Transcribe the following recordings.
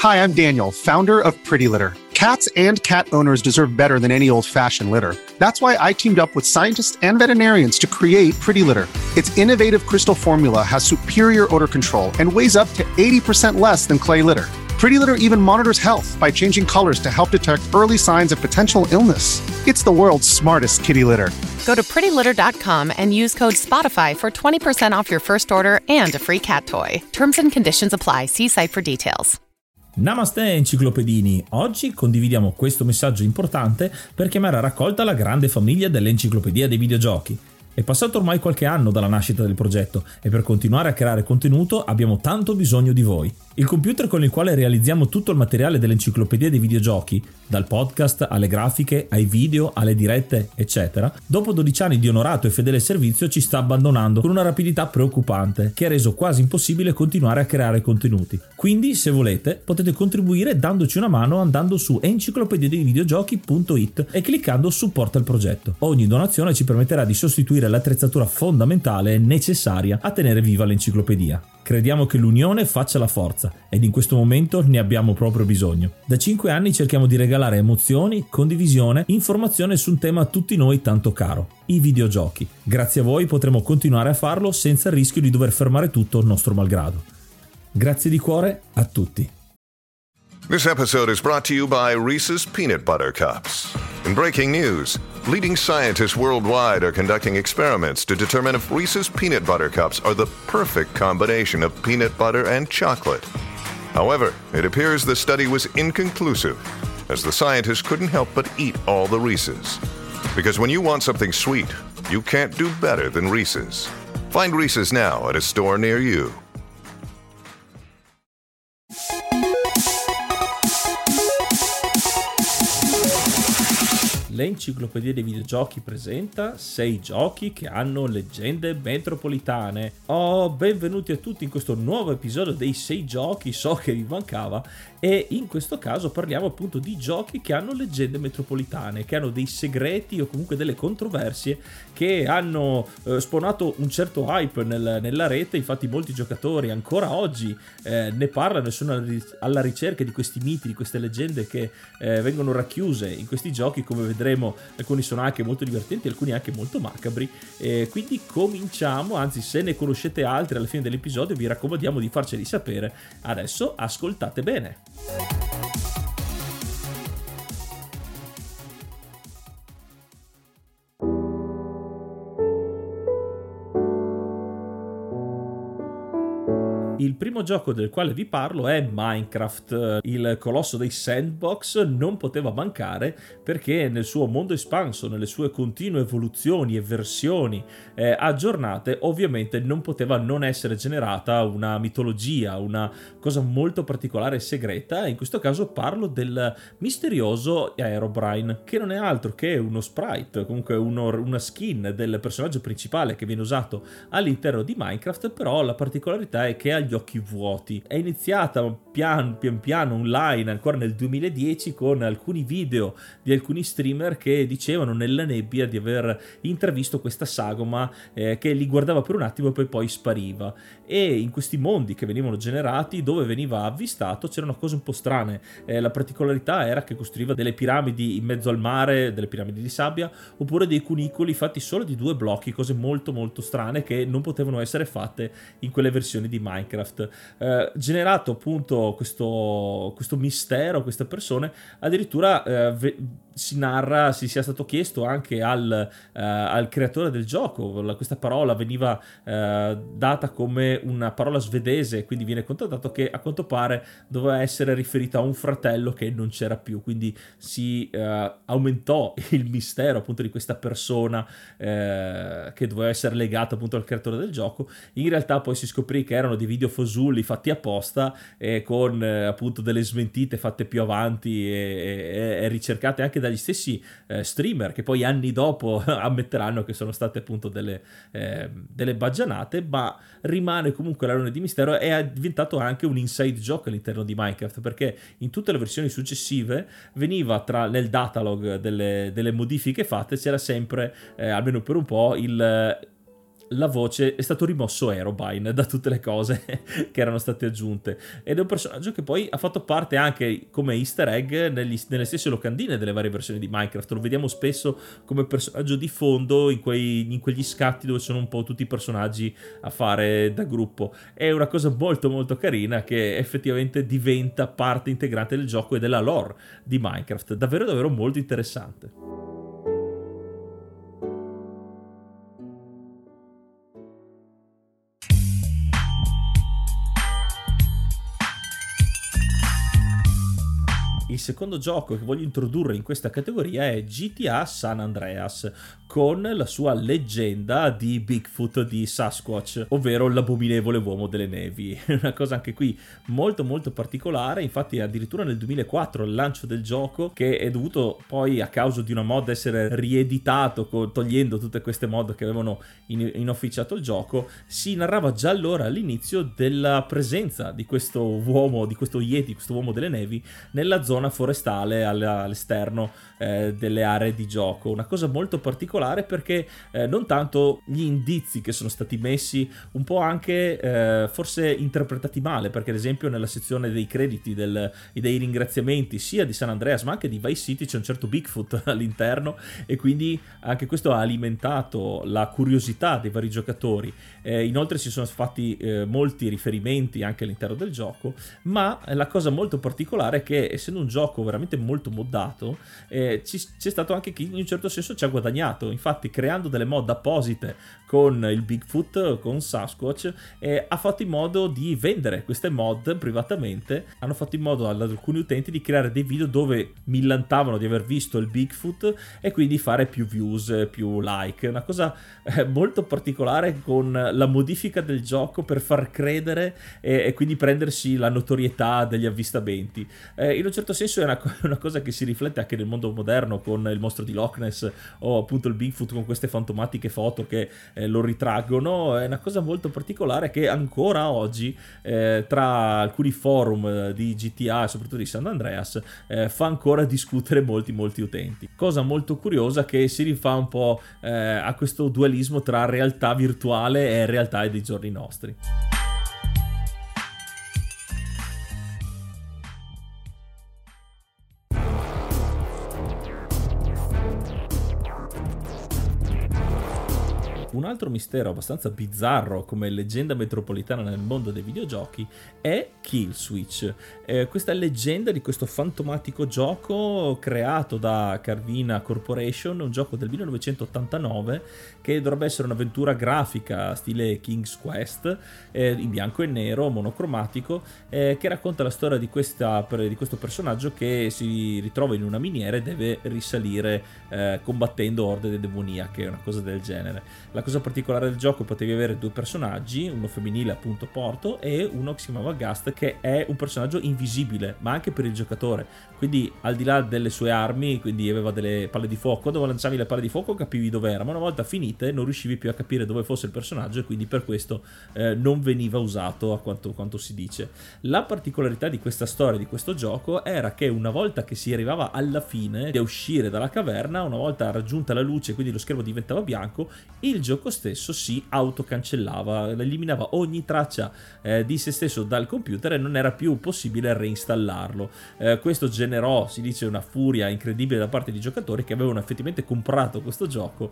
Hi, I'm Daniel, founder of Pretty Litter. Cats and cat owners deserve better than any old-fashioned litter. That's why I teamed up with scientists and veterinarians to create Pretty Litter. Its innovative crystal formula has superior odor control and weighs up to 80% less than clay litter. Pretty Litter even monitors health by changing colors to help detect early signs of potential illness. It's the world's smartest kitty litter. Go to prettylitter.com and use code SPOTIFY for 20% off your first order and a free cat toy. Terms and conditions apply. See site for details. Namaste enciclopedini, oggi condividiamo questo messaggio importante per chiamare a raccolta la grande famiglia dell'Enciclopedia dei Videogiochi. È passato ormai qualche anno dalla nascita del progetto e per continuare a creare contenuto abbiamo tanto bisogno di voi. Il computer con il quale realizziamo tutto il materiale dell'Enciclopedia dei Videogiochi, dal podcast alle grafiche, ai video, alle dirette, eccetera, dopo 12 anni di onorato e fedele servizio ci sta abbandonando con una rapidità preoccupante che ha reso quasi impossibile continuare a creare contenuti. Quindi, se volete, potete contribuire dandoci una mano andando su enciclopediadeivideogiochi.it e cliccando supporta il progetto. Ogni donazione ci permetterà di sostituire l'attrezzatura fondamentale e necessaria a tenere viva l'enciclopedia. Crediamo che l'unione faccia la forza ed in questo momento ne abbiamo proprio bisogno. Da 5 anni cerchiamo di regalare emozioni, condivisione, informazione su un tema a tutti noi tanto caro, i videogiochi. Grazie a voi potremo continuare a farlo senza il rischio di dover fermare tutto nostro malgrado. Grazie di cuore a tutti. This episode is brought to you by Reese's Peanut Butter Cups. In breaking news, leading scientists worldwide are conducting experiments to determine if Reese's Peanut Butter Cups are the perfect combination of peanut butter and chocolate. However, it appears the study was inconclusive, as the scientists couldn't help but eat all the Reese's. Because when you want something sweet, you can't do better than Reese's. Find Reese's now at a store near you. L'Enciclopedia dei Videogiochi presenta 6 giochi che hanno leggende metropolitane. Benvenuti a tutti in questo nuovo episodio dei 6 giochi, so che vi mancava, e in questo caso parliamo appunto di giochi che hanno leggende metropolitane, che hanno dei segreti o comunque delle controversie che hanno spawnato un certo hype nella rete. Infatti molti giocatori ancora oggi ne parlano e sono alla ricerca di questi miti, di queste leggende che vengono racchiuse in questi giochi. Come vedremo, alcuni sono anche molto divertenti, alcuni anche molto macabri, quindi cominciamo. Anzi, se ne conoscete altri alla fine dell'episodio vi raccomandiamo di farceli sapere. Adesso ascoltate bene. Il primo gioco del quale vi parlo è Minecraft. Il colosso dei sandbox non poteva mancare perché nel suo mondo espanso, nelle sue continue evoluzioni e versioni aggiornate, ovviamente non poteva non essere generata una mitologia, una cosa molto particolare e segreta. In questo caso parlo del misterioso Herobrine, che non è altro che uno sprite, comunque una skin del personaggio principale che viene usato all'interno di Minecraft, però la particolarità è che ha gli occhi vuoti. È iniziata pian piano online ancora nel 2010 con alcuni video di alcuni streamer che dicevano nella nebbia di aver intravisto questa sagoma che li guardava per un attimo e poi spariva. E in questi mondi che venivano generati, dove veniva avvistato, c'erano cose un po' strane. La particolarità era che costruiva delle piramidi in mezzo al mare, delle piramidi di sabbia, oppure dei cunicoli fatti solo di 2 blocchi, cose molto molto strane che non potevano essere fatte in quelle versioni di Minecraft. Generato appunto questo mistero, queste persone, addirittura si narra si sia stato chiesto anche al creatore del gioco. Questa parola veniva data come una parola svedese, quindi viene contattato che a quanto pare doveva essere riferita a un fratello che non c'era più, quindi si aumentò il mistero appunto di questa persona che doveva essere legata appunto al creatore del gioco. In realtà poi si scoprì che erano dei video fasulli fatti apposta con appunto delle smentite fatte più avanti e ricercate anche dagli stessi streamer, che poi anni dopo ammetteranno che sono state appunto delle baggianate, ma rimane comunque l'alone di mistero e è diventato anche un inside joke all'interno di Minecraft, perché in tutte le versioni successive veniva nel datalog delle modifiche fatte c'era sempre almeno per un po' la voce è stato rimosso Aerobyne da tutte le cose che erano state aggiunte, ed è un personaggio che poi ha fatto parte anche come easter egg nelle stesse locandine delle varie versioni di Minecraft. Lo vediamo spesso come personaggio di fondo in quegli scatti dove sono un po' tutti i personaggi a fare da gruppo. È una cosa molto molto carina che effettivamente diventa parte integrante del gioco e della lore di Minecraft, davvero davvero molto interessante. Il secondo gioco che voglio introdurre in questa categoria è GTA San Andreas, con la sua leggenda di Bigfoot di Sasquatch, ovvero l'abominevole uomo delle nevi. Una cosa anche qui molto molto particolare, infatti addirittura nel 2004 il lancio del gioco, che è dovuto poi a causa di una mod essere rieditato togliendo tutte queste mod che avevano inofficiato il gioco, si narrava già allora all'inizio della presenza di questo uomo, di questo Yeti, questo uomo delle nevi, nella zona forestale all'esterno delle aree di gioco. Una cosa molto particolare perché non tanto gli indizi che sono stati messi, un po' anche forse interpretati male, perché ad esempio nella sezione dei crediti dei ringraziamenti sia di San Andreas ma anche di Vice City c'è un certo Bigfoot all'interno, e quindi anche questo ha alimentato la curiosità dei vari giocatori. Inoltre si sono fatti molti riferimenti anche all'interno del gioco, ma la cosa molto particolare è che, essendo un gioco veramente molto moddato, c'è stato anche chi in un certo senso ci ha guadagnato, infatti creando delle mod apposite con il Bigfoot, con Sasquatch, ha fatto in modo di vendere queste mod privatamente. Hanno fatto in modo ad alcuni utenti di creare dei video dove millantavano di aver visto il Bigfoot e quindi fare più views, più like. Una cosa molto particolare, con la modifica del gioco per far credere e quindi prendersi la notorietà degli avvistamenti. In un certo senso è una cosa che si riflette anche nel mondo moderno, con il mostro di Loch Ness o appunto il Bigfoot con queste fantomatiche foto che lo ritraggono. È una cosa molto particolare che ancora oggi tra alcuni forum di GTA e soprattutto di San Andreas fa ancora discutere molti utenti. Cosa molto curiosa che si rifà un po' a questo dualismo tra realtà virtuale e realtà dei giorni nostri. Un altro mistero abbastanza bizzarro come leggenda metropolitana nel mondo dei videogiochi è Kill Switch. Questa leggenda di questo fantomatico gioco creato da Carvina Corporation, un gioco del 1989 che dovrebbe essere un'avventura grafica stile King's Quest, in bianco e nero, monocromatico, che racconta la storia di questo personaggio che si ritrova in una miniera e deve risalire combattendo orde demoniache, una cosa del genere. La cosa particolare del gioco: potevi avere due personaggi, uno femminile appunto Porto e uno che si chiamava Gast, che è un personaggio invisibile ma anche per il giocatore, quindi al di là delle sue armi, quindi aveva delle palle di fuoco, dove lanciavi le palle di fuoco capivi dove era, ma una volta finite non riuscivi più a capire dove fosse il personaggio e quindi per questo non veniva usato a quanto si dice. La particolarità di questa storia, di questo gioco, era che una volta che si arrivava alla fine di uscire dalla caverna, una volta raggiunta la luce, quindi lo schermo diventava bianco, il gioco stesso si autocancellava, eliminava ogni traccia di se stesso dal computer e non era più possibile reinstallarlo. Questo generò, si dice, una furia incredibile da parte di giocatori che avevano effettivamente comprato questo gioco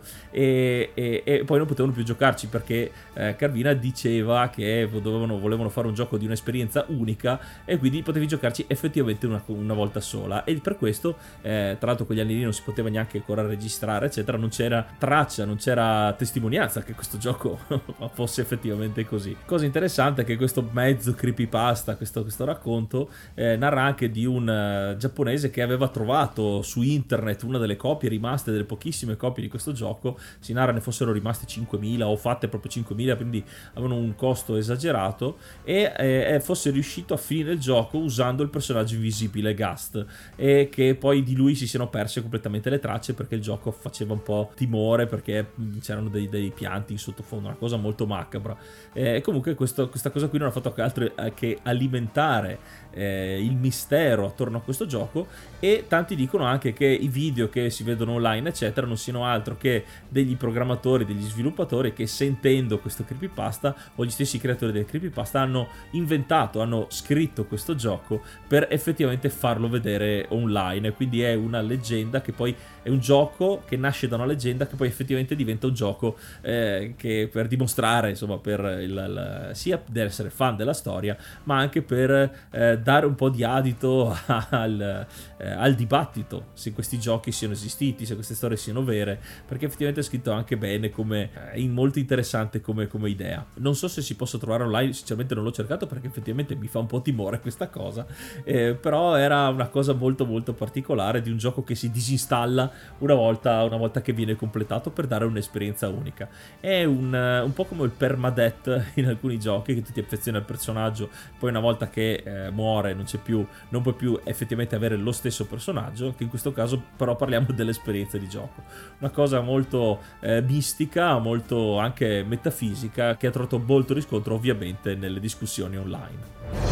e poi non potevano più giocarci, perché Carvina diceva che volevano fare un gioco di un'esperienza unica e quindi potevi giocarci effettivamente una volta sola, e per questo tra l'altro quegli anni lì non si poteva neanche ancora registrare eccetera, non c'era traccia, non c'era testimonianza che questo gioco fosse effettivamente così. Cosa interessante è che questo mezzo creepypasta, questo racconto narra anche di un giapponese che aveva trovato su internet una delle copie rimaste, delle pochissime copie di questo gioco. Si narra ne fossero rimaste 5.000 o fatte proprio 5.000, quindi avevano un costo esagerato, e fosse riuscito a finire il gioco usando il personaggio invisibile Gast, e che poi di lui si siano perse completamente le tracce perché il gioco faceva un po' timore, perché c'erano dei dei pianti in sottofondo, una cosa molto macabra. Comunque questa cosa qui non ha fatto altro che alimentare il mistero attorno a questo gioco, e tanti dicono anche che i video che si vedono online eccetera non siano altro che degli programmatori, degli sviluppatori che, sentendo questo creepypasta, o gli stessi creatori del creepypasta, hanno scritto questo gioco per effettivamente farlo vedere online. Quindi è una leggenda che poi è un gioco che nasce da una leggenda che poi effettivamente diventa un gioco che, per dimostrare, insomma, sia di essere fan della storia, ma anche per dare un po' di adito al dibattito, se questi giochi siano esistiti, se queste storie siano vere, perché effettivamente è scritto anche bene, come è molto interessante come idea. Non so se si possa trovare online, sinceramente non l'ho cercato perché effettivamente mi fa un po' timore questa cosa, però era una cosa molto molto particolare di un gioco che si disinstalla una volta che viene completato, per dare un'esperienza unica. È un po' come il permadeath in alcuni giochi, che tu ti affezioni al personaggio, poi una volta che muore non puoi più effettivamente avere lo stesso personaggio, che in questo caso però parliamo dell'esperienza di gioco. Una cosa molto mistica, molto anche metafisica, che ha trovato molto riscontro ovviamente nelle discussioni online.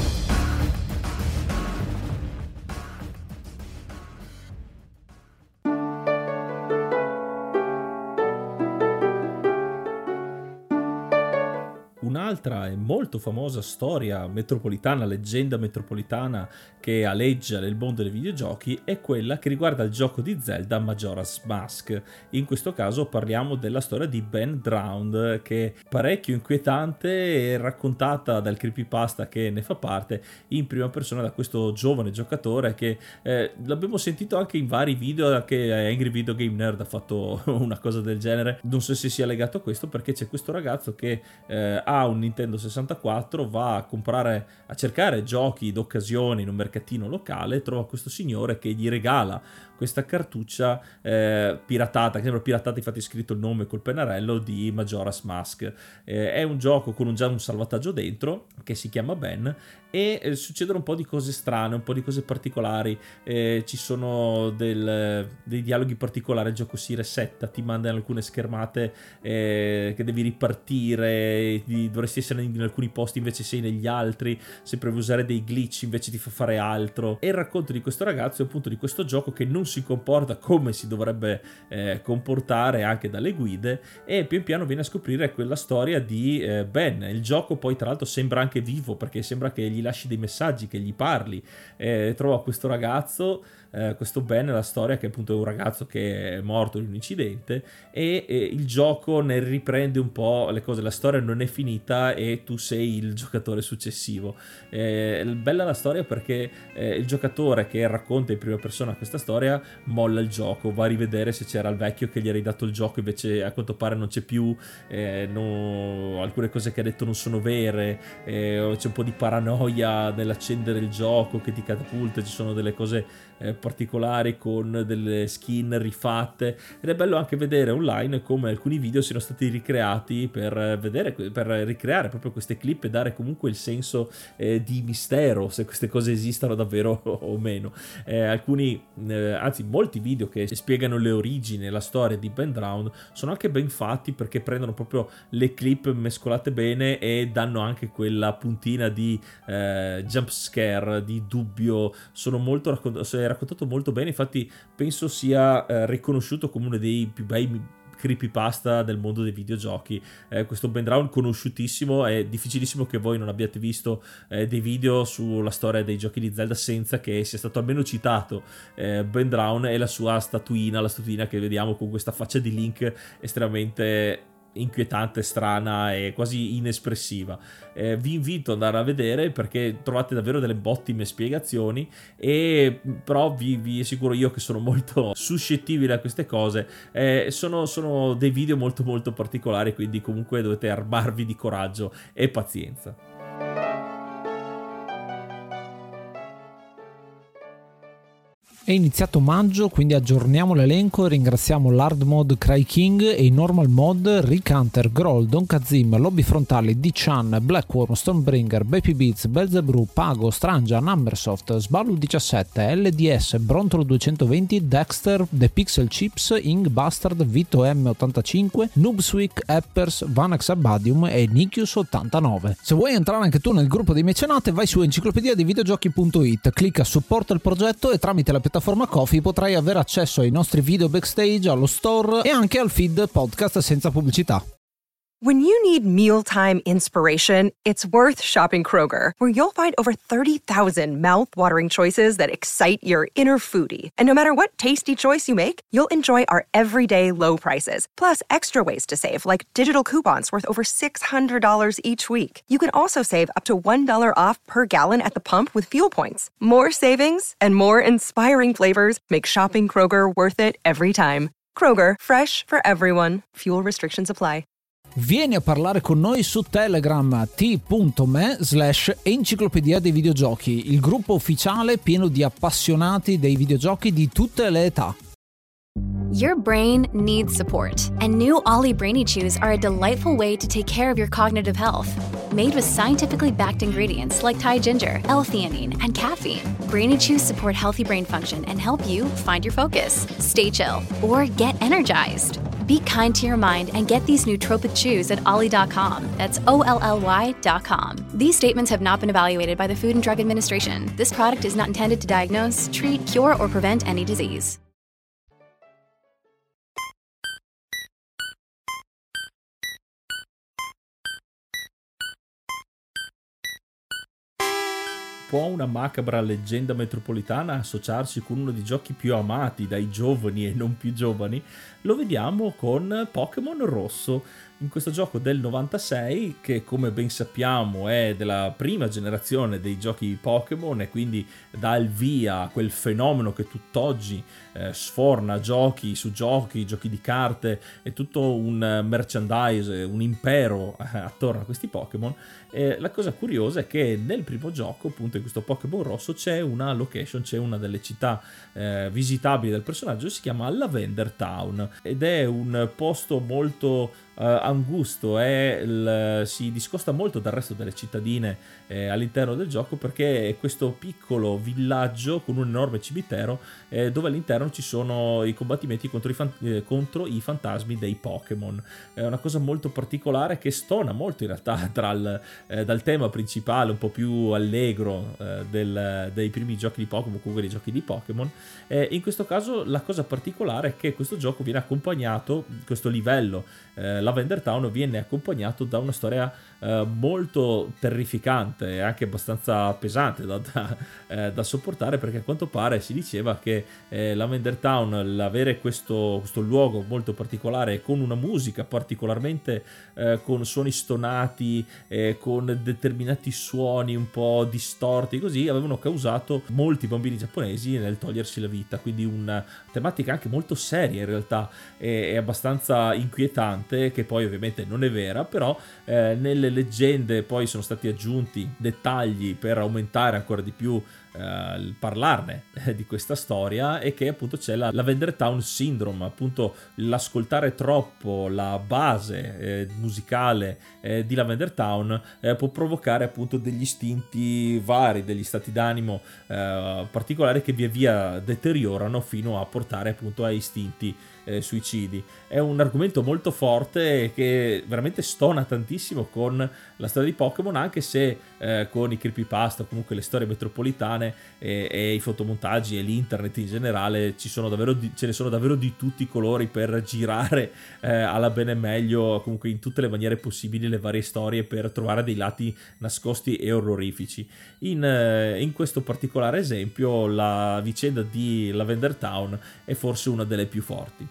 Un'altra e molto famosa storia metropolitana, leggenda metropolitana che aleggia nel mondo dei videogiochi, è quella che riguarda il gioco di Zelda Majora's Mask. In questo caso parliamo della storia di Ben Drowned, che è parecchio inquietante e raccontata dal creepypasta che ne fa parte in prima persona da questo giovane giocatore che l'abbiamo sentito anche in vari video, che Angry Video Game Nerd ha fatto una cosa del genere. Non so se sia legato a questo, perché c'è questo ragazzo che ha un Nintendo 64, va a cercare giochi d'occasione in un mercatino locale, trova questo signore che gli regala questa cartuccia piratata, che sembra piratata, infatti è scritto il nome col pennarello, di Majora's Mask. È un gioco con già un salvataggio dentro che si chiama Ben, e succedono un po' di cose strane, un po' di cose particolari. Ci sono dei dialoghi particolari, il gioco si resetta, ti manda in alcune schermate che devi ripartire, dovresti essere in alcuni posti invece sei negli altri, se provi a usare dei glitch invece ti fa fare altro. E il racconto di questo ragazzo è appunto di questo gioco che non si comporta come si dovrebbe comportare anche dalle guide, e pian piano viene a scoprire quella storia di Ben. Il gioco poi tra l'altro sembra anche vivo, perché sembra che gli lasci dei messaggi, che gli parli. Trova questo ragazzo, questo Ben, la storia che appunto è un ragazzo che è morto in un incidente, e il gioco ne riprende un po' le cose. La storia non è finita e tu sei il giocatore successivo. Bella la storia perché il giocatore che racconta in prima persona questa storia molla il gioco, va a rivedere se c'era il vecchio che gli ha ridato il gioco, invece a quanto pare non c'è più, alcune cose che ha detto non sono vere, c'è un po' di paranoia nell'accendere il gioco che ti catapulta, ci sono delle cose particolari con delle skin rifatte, ed è bello anche vedere online come alcuni video siano stati ricreati per ricreare proprio queste clip e dare comunque il senso di mistero, se queste cose esistano davvero o meno. Anzi molti video che spiegano le origini e la storia di Ben Drowned sono anche ben fatti, perché prendono proprio le clip mescolate bene e danno anche quella puntina di jump scare, di dubbio. Sono molto raccontato molto bene, infatti penso sia riconosciuto come uno dei più bei creepypasta del mondo dei videogiochi. Questo Ben Drowned conosciutissimo, è difficilissimo che voi non abbiate visto dei video sulla storia dei giochi di Zelda senza che sia stato almeno citato Ben Drowned e la sua statuina, la statuina che vediamo con questa faccia di Link estremamente inquietante, strana e quasi inespressiva. Vi invito ad andare a vedere, perché trovate davvero delle ottime spiegazioni, e però vi assicuro io che sono molto suscettibile a queste cose. Sono dei video molto molto particolari, quindi comunque dovete armarvi di coraggio e pazienza. È iniziato maggio, quindi aggiorniamo l'elenco e ringraziamo l'Hard Mode Cry King e i Normal Mode Rick Hunter, Groll, Don Kazim, Lobby Frontali, D-Chan, Blackworm, Stormbringer, Baby Beats, Belzebrew, Pago, Strangia, Numbersoft, Sballu 17, LDS, Brontolo 220, Dexter, The Pixel Chips, Ing Bastard, Vito M85, Noobswick, Eppers, Vanex Abadium e Nikius 89. Se vuoi entrare anche tu nel gruppo dei mecenate, vai su enciclopedia dei videogiochi.it, clicca supporta il progetto e tramite la piattaforma Ko-fi potrai avere accesso ai nostri video backstage, allo store e anche al feed podcast senza pubblicità. When you need mealtime inspiration, it's worth shopping Kroger, where you'll find over 30,000 mouth-watering choices that excite your inner foodie. And no matter what tasty choice you make, you'll enjoy our everyday low prices, plus extra ways to save, like digital coupons worth over $600 each week. You can also save up to $1 off per gallon at the pump with fuel points. More savings and more inspiring flavors make shopping Kroger worth it every time. Kroger, fresh for everyone. Fuel restrictions apply. Vieni a parlare con noi su Telegram, t.me/enciclopedia dei videogiochi, il gruppo ufficiale pieno di appassionati dei videogiochi di tutte le età. Your brain needs support, and new Ollie Brainy Chews are a delightful way to take care of your cognitive health. Made with scientifically backed ingredients like Thai ginger, L-theanine, and caffeine, Brainy Chews support healthy brain function and help you find your focus, stay chill, or get energized. Be kind to your mind and get these nootropic chews at ollie.com. That's OLLY.com. These statements have not been evaluated by the Food and Drug Administration. This product is not intended to diagnose, treat, cure, or prevent any disease. Può una macabra leggenda metropolitana associarsi con uno dei giochi più amati dai giovani e non più giovani? Lo vediamo con Pokémon Rosso, in questo gioco del 96 che, come ben sappiamo, è della prima generazione dei giochi Pokémon e quindi dà il via a quel fenomeno che tutt'oggi sforna giochi su giochi, giochi di carte e tutto un merchandise, un impero attorno a questi Pokémon. La cosa curiosa è che nel primo gioco, appunto in questo Pokémon Rosso, c'è una location, c'è una delle città visitabili del personaggio, si chiama Lavender Town ed è un posto molto angusto, si discosta molto dal resto delle cittadine all'interno del gioco, perché è questo piccolo villaggio con un enorme cimitero dove all'interno ci sono i combattimenti contro i fantasmi dei Pokémon. È una cosa molto particolare che stona molto in realtà dal tema principale un po' più allegro dei primi giochi di Pokémon, comunque dei giochi di Pokémon. In questo caso la cosa particolare è che questo gioco viene accompagnato, questo livello Lavender Town viene accompagnato da una storia molto terrificante e anche abbastanza pesante da sopportare, perché a quanto pare si diceva che Lavender Town, l'avere questo luogo molto particolare con una musica particolarmente con suoni stonati, con determinati suoni un po' distorti così, avevano causato molti bambini giapponesi nel togliersi la vita, quindi una tematica anche molto seria in realtà e abbastanza inquietante, che poi ovviamente non è vera, però nelle leggende poi sono stati aggiunti dettagli per aumentare ancora di più parlarne di questa storia, e che appunto c'è la Lavender Town Syndrome, appunto l'ascoltare troppo la base musicale di Lavender Town può provocare appunto degli istinti vari, degli stati d'animo particolari che via via deteriorano fino a portare appunto a istinti suicidi. È un argomento molto forte che veramente stona tantissimo con la storia di Pokémon, anche se con i creepypasta, comunque le storie metropolitane e i fotomontaggi e l'internet in generale ce ne sono davvero di tutti i colori per girare alla bene e meglio, comunque in tutte le maniere possibili, le varie storie per trovare dei lati nascosti e orrorifici. In questo particolare esempio la vicenda di Lavender Town è forse una delle più forti.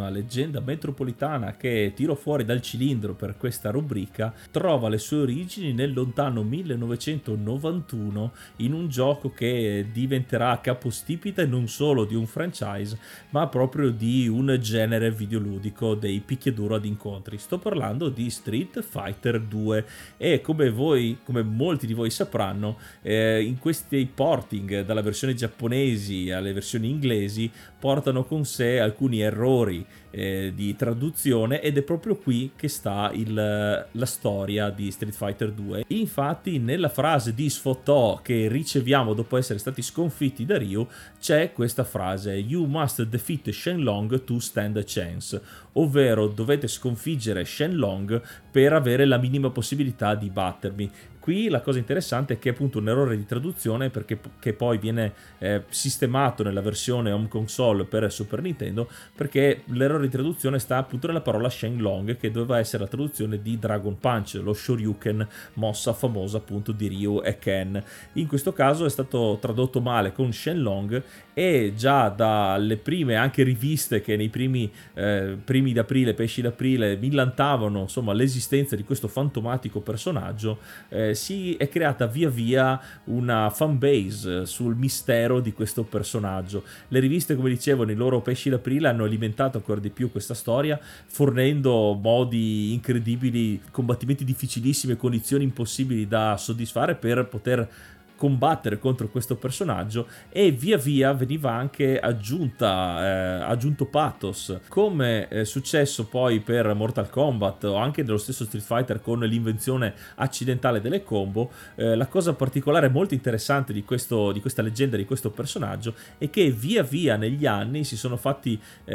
prima leggenda metropolitana che tiro fuori dal cilindro per questa rubrica trova le sue origini nel lontano 1991 in un gioco che diventerà capostipite non solo di un franchise ma proprio di un genere videoludico dei picchiaduro ad incontri. Sto parlando di Street Fighter 2 e come molti di voi sapranno, in questi porting dalla versione giapponesi alle versioni inglesi portano con sé alcuni errori di traduzione, ed è proprio qui che sta la storia di Street Fighter 2. Infatti nella frase di sfottò che riceviamo dopo essere stati sconfitti da Ryu c'è questa frase: "You must defeat Shenlong to stand a chance", ovvero dovete sconfiggere Shenlong per avere la minima possibilità di battermi. Qui la cosa interessante è che è appunto un errore di traduzione, perché che poi viene sistemato nella versione home console per Super Nintendo, perché l'errore di traduzione sta appunto nella parola Shenlong, che doveva essere la traduzione di Dragon Punch, lo Shoryuken, mossa famosa appunto di Ryu e Ken. In questo caso è stato tradotto male con Shenlong, e già dalle prime anche riviste che nei primi d'aprile, pesci d'aprile, millantavano insomma l'esistenza di questo fantomatico personaggio, si è creata via via una fanbase sul mistero di questo personaggio. Le riviste, come dicevo, nei loro pesci d'aprile hanno alimentato ancora di più questa storia, fornendo modi incredibili, combattimenti difficilissimi e condizioni impossibili da soddisfare per poter combattere contro questo personaggio, e via via veniva anche aggiunto pathos, come è successo poi per Mortal Kombat o anche nello stesso Street Fighter con l'invenzione accidentale delle combo. La cosa particolare molto interessante di questa leggenda, di questo personaggio, è che via via negli anni si sono fatte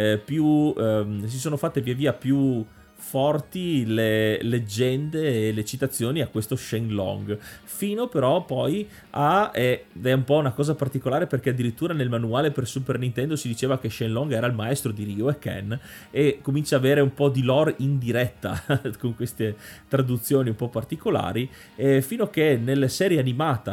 via via più forti le leggende e le citazioni a questo Shenlong, fino però poi ed è un po' una cosa particolare, perché addirittura nel manuale per Super Nintendo si diceva che Shenlong era il maestro di Ryu e Ken, e comincia a avere un po' di lore in diretta con queste traduzioni un po' particolari, fino a che nelle serie animate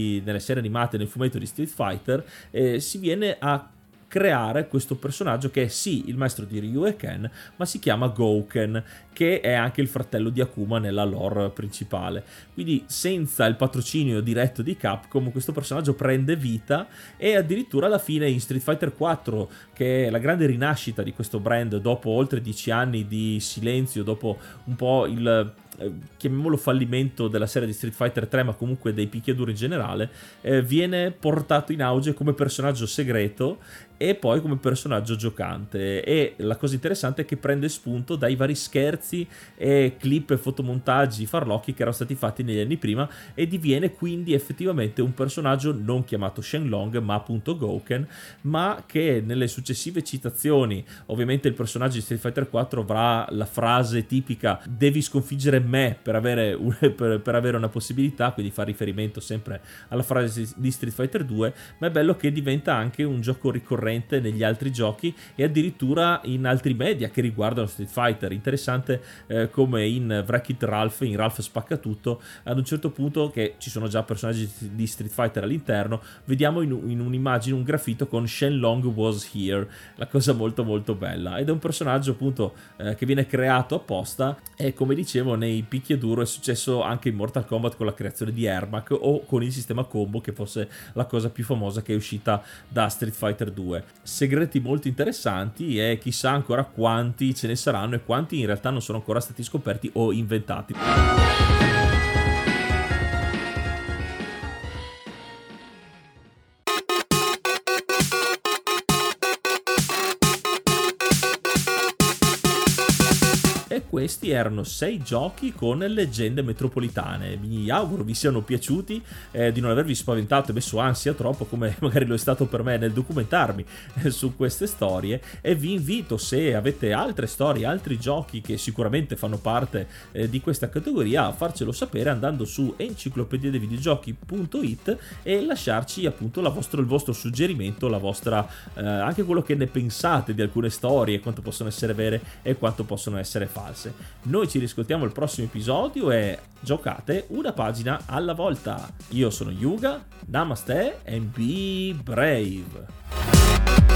nel fumetto di Street Fighter si viene a creare questo personaggio che è sì il maestro di Ryu e Ken, ma si chiama Gouken, che è anche il fratello di Akuma nella lore principale. Quindi senza il patrocinio diretto di Capcom questo personaggio prende vita, e addirittura alla fine in Street Fighter 4, che è la grande rinascita di questo brand dopo oltre 10 anni di silenzio, dopo un po' chiamiamolo fallimento della serie di Street Fighter 3, ma comunque dei picchiaduro in generale, viene portato in auge come personaggio segreto e poi come personaggio giocante. E la cosa interessante è che prende spunto dai vari scherzi e clip e fotomontaggi farlocchi che erano stati fatti negli anni prima, e diviene quindi effettivamente un personaggio non chiamato Shenlong ma appunto Gouken, ma che nelle successive citazioni, ovviamente il personaggio di Street Fighter 4 avrà la frase tipica "devi sconfiggere me per avere una possibilità", quindi fa riferimento sempre alla frase di Street Fighter 2, ma è bello che diventa anche un gioco ricorrente negli altri giochi e addirittura in altri media che riguardano Street Fighter. Interessante come in Wreck-It Ralph, in Ralph Spaccatutto, ad un certo punto, che ci sono già personaggi di Street Fighter all'interno, vediamo in un'immagine un graffito con Shenlong was here, la cosa molto molto bella, ed è un personaggio appunto che viene creato apposta, e come dicevo nei picchiaduro è successo anche in Mortal Kombat con la creazione di Ermac, o con il sistema combo, che fosse la cosa più famosa che è uscita da Street Fighter 2. Segreti molto interessanti, e chissà ancora quanti ce ne saranno e quanti in realtà non sono ancora stati scoperti o inventati. Questi erano 6 giochi con leggende metropolitane. Mi auguro vi siano piaciuti, di non avervi spaventato e messo ansia troppo come magari lo è stato per me nel documentarmi su queste storie, e vi invito, se avete altre storie, altri giochi che sicuramente fanno parte di questa categoria, a farcelo sapere andando su enciclopediadevideogiochi.it e lasciarci appunto il vostro suggerimento, la vostra anche quello che ne pensate di alcune storie, quanto possono essere vere e quanto possono essere false. Noi ci riscoltiamo al prossimo episodio, e giocate una pagina alla volta. Io sono Yuga, namaste and be brave.